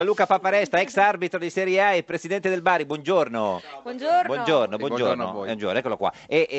Luca Paparesta, ex arbitro di Serie A e presidente del Bari, buongiorno. Buongiorno. Buongiorno, Buongiorno a voi. buongiorno, eccolo qua.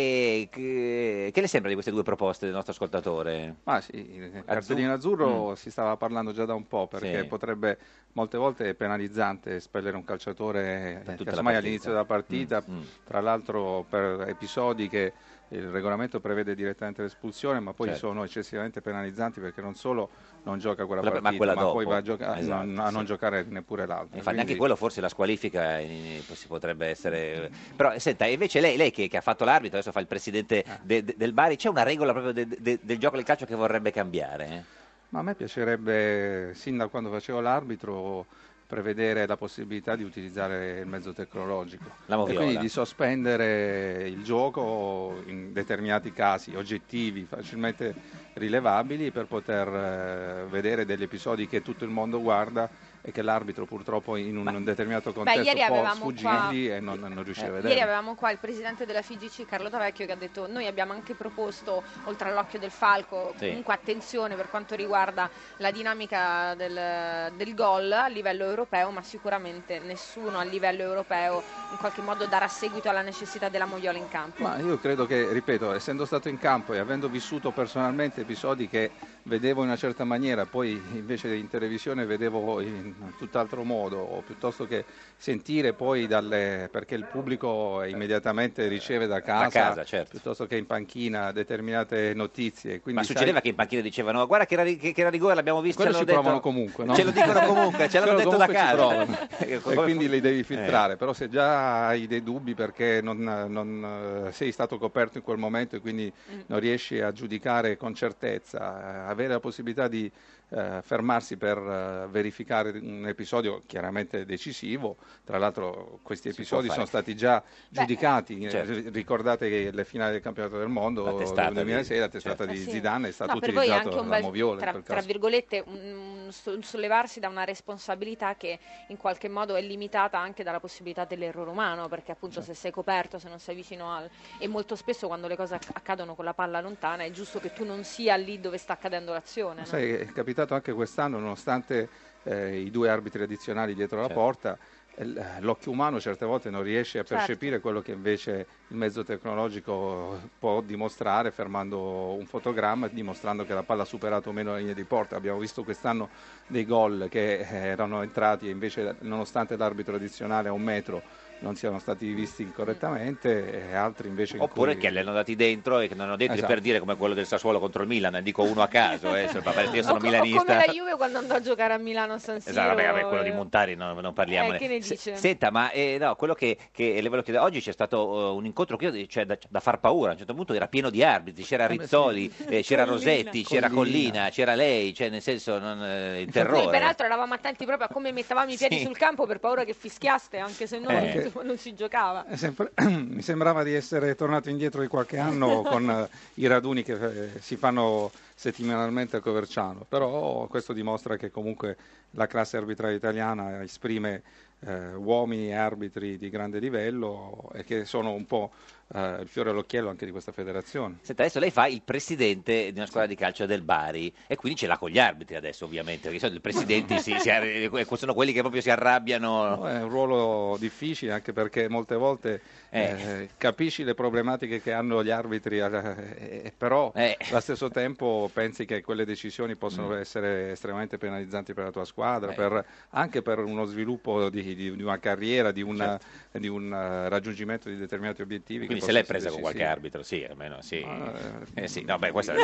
Che le sembra di queste due proposte del nostro ascoltatore? Ma sì, il cartellino azzurro si stava parlando già da un po', perché Sì. potrebbe, molte volte è penalizzante espellere un calciatore Per tutta la casomai partita. all'inizio della partita, tra l'altro per episodi che il regolamento prevede direttamente l'espulsione, ma poi Certo. sono eccessivamente penalizzanti perché non solo non gioca quella Ma partita, quella ma poi dopo. va a, Esatto, a non giocare neppure l'altra. Infatti anche Quindi- quello forse la squalifica si potrebbe essere. Però senta, invece lei che ha fatto l'arbitro, adesso fa il presidente del Bari, c'è una regola proprio del gioco del calcio che vorrebbe cambiare? Ma a me piacerebbe, sin da quando facevo l'arbitro, prevedere la possibilità di utilizzare il mezzo tecnologico La e moviola. quindi di sospendere il gioco in determinati casi oggettivi, facilmente rilevabili, per poter vedere degli episodi che tutto il mondo guarda e che l'arbitro purtroppo in un determinato contesto ieri può avevamo sfuggirgli e non riuscire a vedere. Ieri avevamo qua il presidente della FIGC, Carlo Tavecchio, che ha detto: noi abbiamo anche proposto, oltre all'occhio del falco, Sì. comunque attenzione per quanto riguarda la dinamica del gol a livello europeo, ma sicuramente nessuno a livello europeo in qualche modo darà seguito alla necessità della moviola in campo. Ma io credo che, ripeto, essendo stato in campo e avendo vissuto personalmente episodi che vedevo in una certa maniera, poi invece in televisione vedevo in tutt'altro modo, o piuttosto che sentire poi perché il pubblico immediatamente riceve da casa, certo. piuttosto che in panchina, determinate notizie. Quindi, Ma succedeva che in panchina dicevano guarda che era rigore, l'abbiamo visto, quello ce ci l'hanno provano detto. comunque, no? Ce lo dicono comunque, ce l'hanno Quello detto da comunque ci casa. provano. E quindi li devi filtrare, però se già hai dei dubbi perché non sei stato coperto in quel momento e quindi non riesci a giudicare con certezza, avere la possibilità di fermarsi per verificare un episodio chiaramente decisivo. Tra l'altro questi Si può episodi fare. sono stati già giudicati, certo. ricordate che le finali del campionato del mondo La testata del 2006, la testata certo. di Sì. Zidane è stata No, per voi è anche utilizzata un la bel, moviola in tra, quel tra caso. virgolette, un sollevarsi da una responsabilità che in qualche modo è limitata anche dalla possibilità dell'errore umano, perché appunto se sei coperto, se non sei vicino e molto spesso quando le cose accadono con la palla lontana è giusto che tu non sia lì dove sta accadendo l'azione, no? Sai, è capitato anche quest'anno, nonostante i due arbitri addizionali dietro la Certo. porta, l'occhio umano certe volte non riesce a Certo. percepire quello che invece il mezzo tecnologico può dimostrare, fermando un fotogramma e dimostrando che la palla ha superato o meno la linea di porta. Abbiamo visto quest'anno dei gol che erano entrati e invece, nonostante l'arbitro addizionale a 1 metro, non siano stati visti correttamente, e altri invece Oppure in che cui... li hanno dati dentro e che non hanno detto, Esatto. per dire come quello del Sassuolo contro il Milan, ne dico uno a caso, io sono O come milanista. la Juve quando andò a giocare a Milano a San Siro. Esatto, vabbè, quello di Montari non parliamo. Che ne dice? Senta, ma no, quello che le volevo chiedere, oggi c'è stato un incontro che cioè, da far paura, a un certo punto era pieno di arbitri, c'era beh, Rizzoli, c'era Collina. Rosetti, c'era Collina, c'era lei, cioè nel senso il Noi terrore. peraltro eravamo attenti proprio a come mettevamo i piedi Sì. sul campo per paura che fischiaste, anche se non si giocava. Mi sembrava di essere tornato indietro di qualche anno con i raduni che si fanno settimanalmente a Coverciano, però questo dimostra che comunque la classe arbitrale italiana esprime uomini e arbitri di grande livello e che sono un po' il fiore all'occhiello anche di questa federazione. Senta, adesso lei fa il presidente di una squadra di calcio del Bari e quindi ce l'ha con gli arbitri adesso ovviamente, perché sono i presidenti sono quelli che proprio si arrabbiano. È un ruolo difficile anche perché molte volte capisci le problematiche che hanno gli arbitri, però allo stesso tempo pensi che quelle decisioni possono essere estremamente penalizzanti per la tua squadra, anche per uno sviluppo di una carriera, di un raggiungimento di determinati obiettivi. Quindi che se l'è possono presa essere con qualche decisivi. arbitro, sì, almeno sì. Sì, no, beh, questa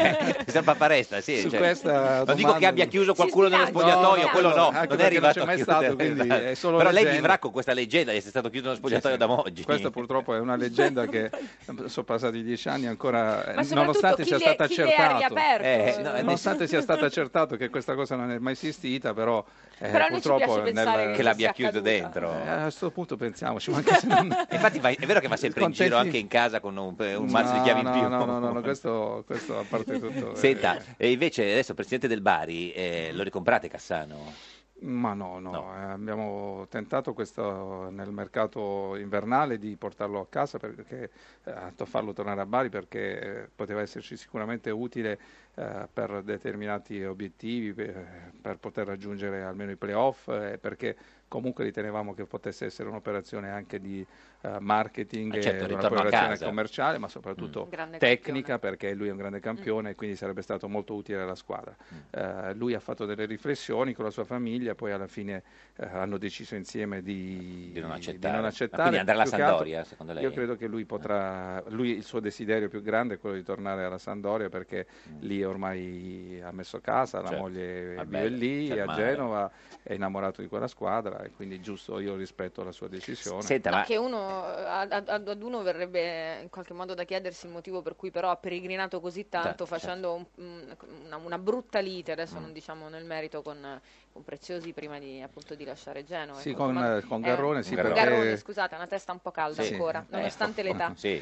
è Paparesta, sì. Su cioè, questa non dico domanda- che abbia chiuso qualcuno nello sbilancia. spogliatoio, No, quello no, anche non è perché arrivato non c'è mai a chiudere. stato, quindi è solo Però lei leggenda. vivrà con questa leggenda di essere stato chiuso nello spogliatoio Sì, da sì. Moggi. Questa purtroppo è una leggenda che sono passati 10 anni ancora, Ma soprattutto nonostante sia stato chi le ha accertato. riaperto? Nonostante sia stato accertato che questa cosa non è mai esistita, però, Però a noi ci purtroppo piace pensare Che l'abbia sia chiuso accaduta. dentro. a questo punto pensiamoci, ma anche se non... Infatti è vero che va sempre in giro Contenti- anche in casa con un mazzo di chiavi in più. No, questo a parte tutto. Senta, e invece adesso presidente del Bari, lo ricomprate Cassano? Ma no, abbiamo tentato questo nel mercato invernale di portarlo a casa, perché farlo tornare a Bari, perché poteva esserci sicuramente utile per determinati obiettivi, per poter raggiungere almeno i playoff, perché comunque ritenevamo che potesse essere un'operazione anche di marketing, certo, una ritorno a operazione casa. commerciale, ma soprattutto tecnica, perché lui è un grande campione e quindi sarebbe stato molto utile alla squadra. Lui ha fatto delle riflessioni con la sua famiglia, poi alla fine hanno deciso insieme di non accettare. Ma quindi andare alla Più che Sampdoria, altro, secondo lei? io credo che lui potrà, il suo desiderio più grande è quello di tornare alla Sampdoria, perché lì ormai ha messo casa, la moglie vive lì, a Genova, è innamorato di quella squadra e quindi giusto, io rispetto la sua decisione. Senta, che ad uno verrebbe in qualche modo da chiedersi il motivo per cui però ha peregrinato così tanto, facendo una brutta lite, adesso non diciamo nel merito, con Preziosi prima appunto di lasciare Genova. Sì, con Garrone, sì, perché... Garrone, scusate, ha una testa un po' calda ancora, nonostante l'età. Sì.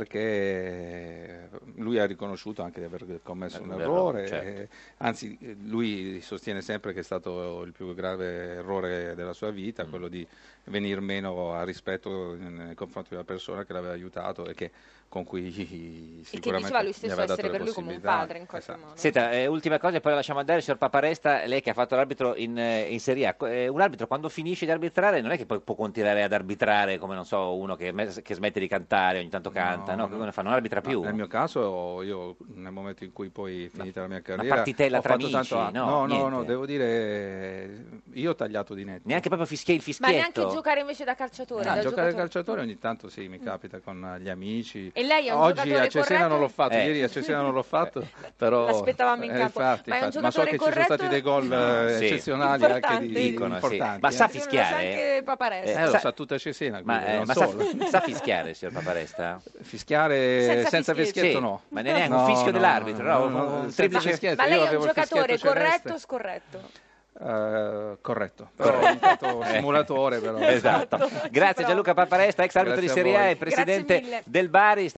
Perché lui ha riconosciuto anche di aver commesso un errore, anzi lui sostiene sempre che è stato il più grave errore della sua vita, quello di venir meno a rispetto nei confronti di una persona che l'aveva aiutato e che con cui sicuramente e che diceva lui stesso essere per lui come un padre in qualche modo. Senta, ultima cosa e poi la lasciamo andare, signor Paparesta, lei che ha fatto l'arbitro in Serie A, un arbitro quando finisce di arbitrare non è che poi può continuare ad arbitrare come, non so, uno che smette di cantare, ogni tanto canta, no? Come fa? Non arbitra più? Nel mio caso, io nel momento in cui poi finita la mia carriera, una partitella tra amici, no, devo dire, io ho tagliato di netto. Neanche proprio il fischietto? Ma neanche giocare invece da calciatore? Giocare da calciatore ogni tanto sì, mi capita con gli amici. E lei è un Oggi giocatore a Cesena corretto? non l'ho fatto, ieri a Cesena non l'ho fatto, però l'aspettavamo in campo. infatti, ma so che ci sono stati dei gol eccezionali anche di importanti. Ma sa fischiare? Anche Paparesta. Lo sa tutta Cesena, non solo. Sa fischiare, signor Paparesta? Fischiare senza fischietto no. Ma neanche un fischio dell'arbitro, un triplice fischietto. Ma lei è un giocatore corretto o scorretto? Corretto, però è stato simulatore. Però. Esatto. Grazie Gianluca Paparesta, ex arbitro di Serie A e presidente del Bari.